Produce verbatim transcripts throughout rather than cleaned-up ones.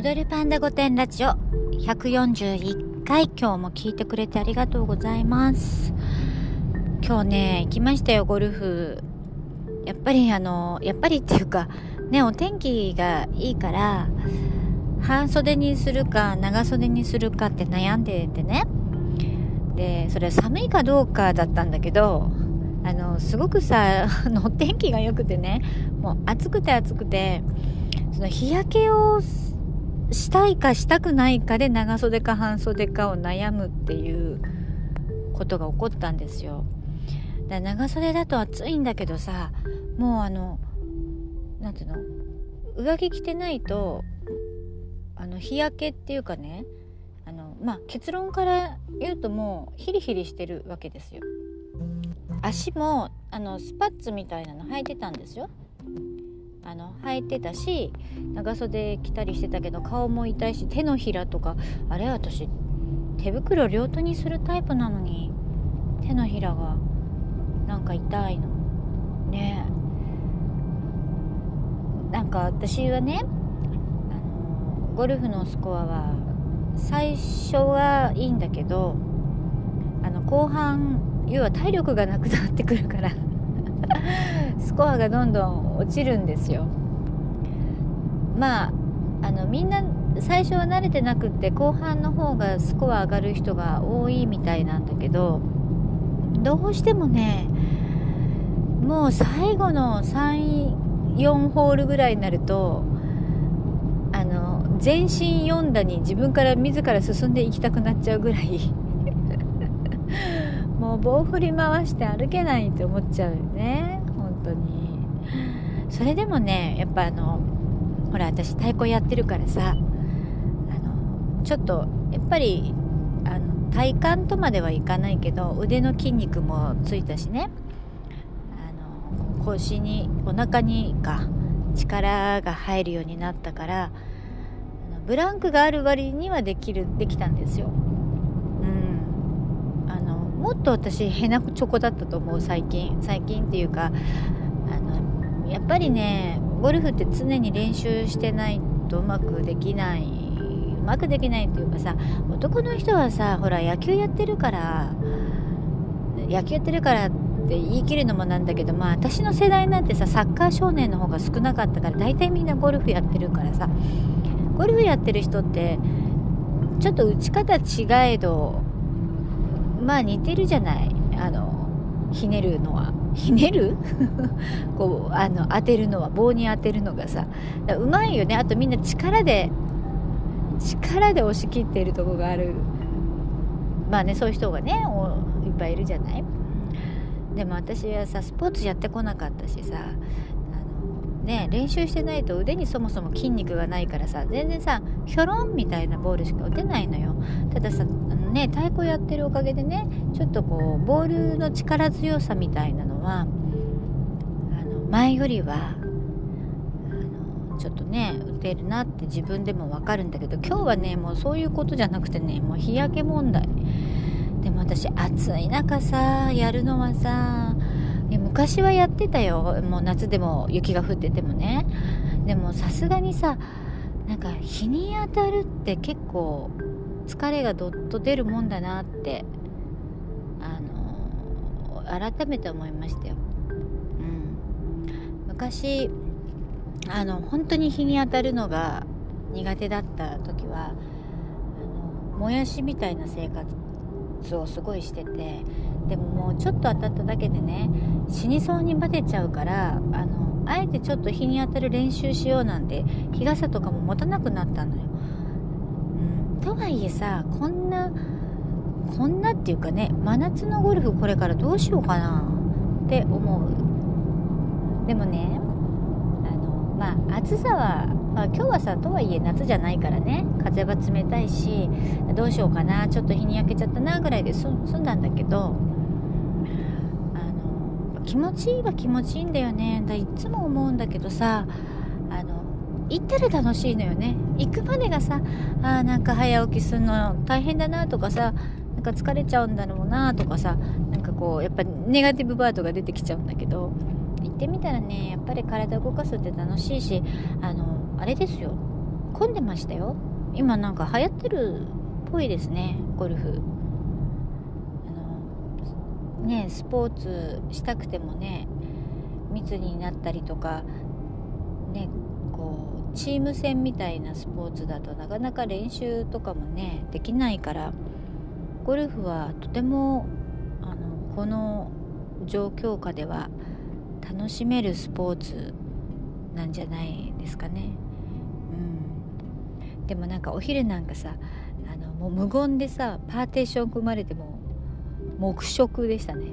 踊るパンダ御殿ラジオひゃくよんじゅういっかい、今日も聞いてくれてありがとうございます。今日ね行きましたよ、ゴルフ。やっぱりあのやっぱりっていうかね、お天気がいいから半袖にするか長袖にするかって悩んでてね。でそれは寒いかどうかだったんだけど、あのすごくさあのお天気が良くてね、もう暑くて暑くて、その日焼けをしたいかしたくないかで長袖か半袖かを悩むっていうことが起こったんですよ。だから長袖だと暑いんだけどさ、もうあのなんていうの、上着着てないとあの日焼けっていうかね、あのまあ結論から言うともうヒリヒリしてるわけですよ。足もあのスパッツみたいなの履いてたんですよ。あの履いてたし長袖着たりしてたけど、顔も痛いし手のひらとか、あれ私手袋両手にするタイプなのに手のひらがなんか痛いのね。なんか私はね、あのゴルフのスコアは最初はいいんだけど、あの後半要は体力がなくなってくるからスコアがどんどん落ちるんですよ。まああのみんな最初は慣れてなくって後半の方がスコア上がる人が多いみたいなんだけど、どうしてもね、もう最後のさん、よんホールぐらいになるとあの全身よん打に自分から自ら進んでいきたくなっちゃうぐらいもう棒振り回して歩けないって思っちゃうよね、本当に。それでもね、やっぱあのほら私太鼓やってるからさ、あのちょっとやっぱりあの体幹とまではいかないけど腕の筋肉もついたしね、あの腰にお腹にか力が入るようになったから、あのブランクがある割にはできるできたんですよ。もっと私ヘナチョコだったと思う、最近最近っていうか、あのやっぱりねゴルフって常に練習してないとうまくできないうまくできないっていうかさ、男の人はさほら野球やってるから野球やってるからって言い切るのもなんだけど、まあ私の世代なんてさサッカー少年の方が少なかったから、大体みんなゴルフやってるからさ、ゴルフやってる人ってちょっと打ち方違えどまあ似てるじゃない。あのひねるのはひねるこうあの当てるのは棒に当てるのがさうまいよね。あとみんな力で力で押し切っているとこがある。まあね、そういう人がねいっぱいいるじゃない。でも私はさスポーツやってこなかったしさ、あのね練習してないと腕にそもそも筋肉がないからさ、全然さひょろんみたいなボールしか打てないのよ。たださね、太鼓やってるおかげでね、ちょっとこうボールの力強さみたいなのはあの前よりはあのちょっとね打てるなって自分でも分かるんだけど、今日はねもうそういうことじゃなくてね、もう日焼け問題で。も私暑い中さやるのはさ、昔はやってたよ、もう夏でも雪が降っててもね。でもさすがにさなんか日に当たるって結構疲れがどっと出るもんだなってあの改めて思いましたよ。うん、昔あの本当に日に当たるのが苦手だった時はあのもやしみたいな生活をすごいしてて、でももうちょっと当たっただけでね死にそうにバテちゃうから、あのあえてちょっと日に当たる練習しようなんて日傘とかも持たなくなったのよ。とはいえさ、こんなこんなっていうかね、真夏のゴルフこれからどうしようかなって思う。でもね、あのまあ暑さは、まあ、今日はさとはいえ夏じゃないからね、風は冷たいしどうしようかな、ちょっと日に焼けちゃったなぐらいで済んだんだけど、あの気持ちいいは気持ちいいんだよね。だいつも思うんだけどさ、あの行ったら楽しいのよね。行くまでがさ、あーなんか早起きするの大変だなとかさ、なんか疲れちゃうんだろうなとかさ、なんかこうやっぱネガティブワードが出てきちゃうんだけど、行ってみたらねやっぱり体動かすって楽しいし、あのあれですよ、 混んでましたよ。今なんか流行ってるっぽいですね、ゴルフ。あのねスポーツしたくてもね密になったりとかね、こうチーム戦みたいなスポーツだとなかなか練習とかもねできないから、ゴルフはとてもあのこの状況下では楽しめるスポーツなんじゃないですかね。うん、でもなんかお昼なんかさ、あのもう無言でさパーテーション組まれても黙食でしたね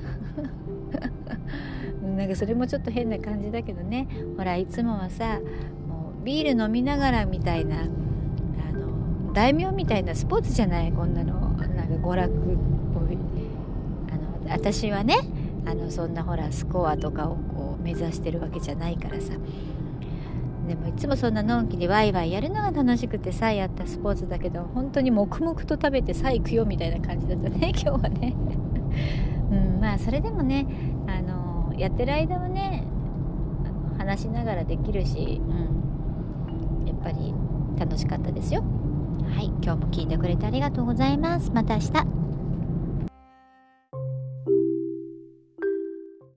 なんかそれもちょっと変な感じだけどね。ほらいつもはさもうビール飲みながらみたいな、あの大名みたいなスポーツじゃない、こんなのなんか娯楽っぽい。あの私はねあのそんなほらスコアとかをこう目指してるわけじゃないからさ。でもいつもそんなのんきにワイワイやるのが楽しくてさやったスポーツだけど、本当に黙々と食べてさあ行くよみたいな感じだったね今日はねうん、まあそれでもねあのやってる間はねあの話しながらできるし、うん、やっぱり楽しかったですよ。はい、今日も聞いてくれてありがとうございます。また明日。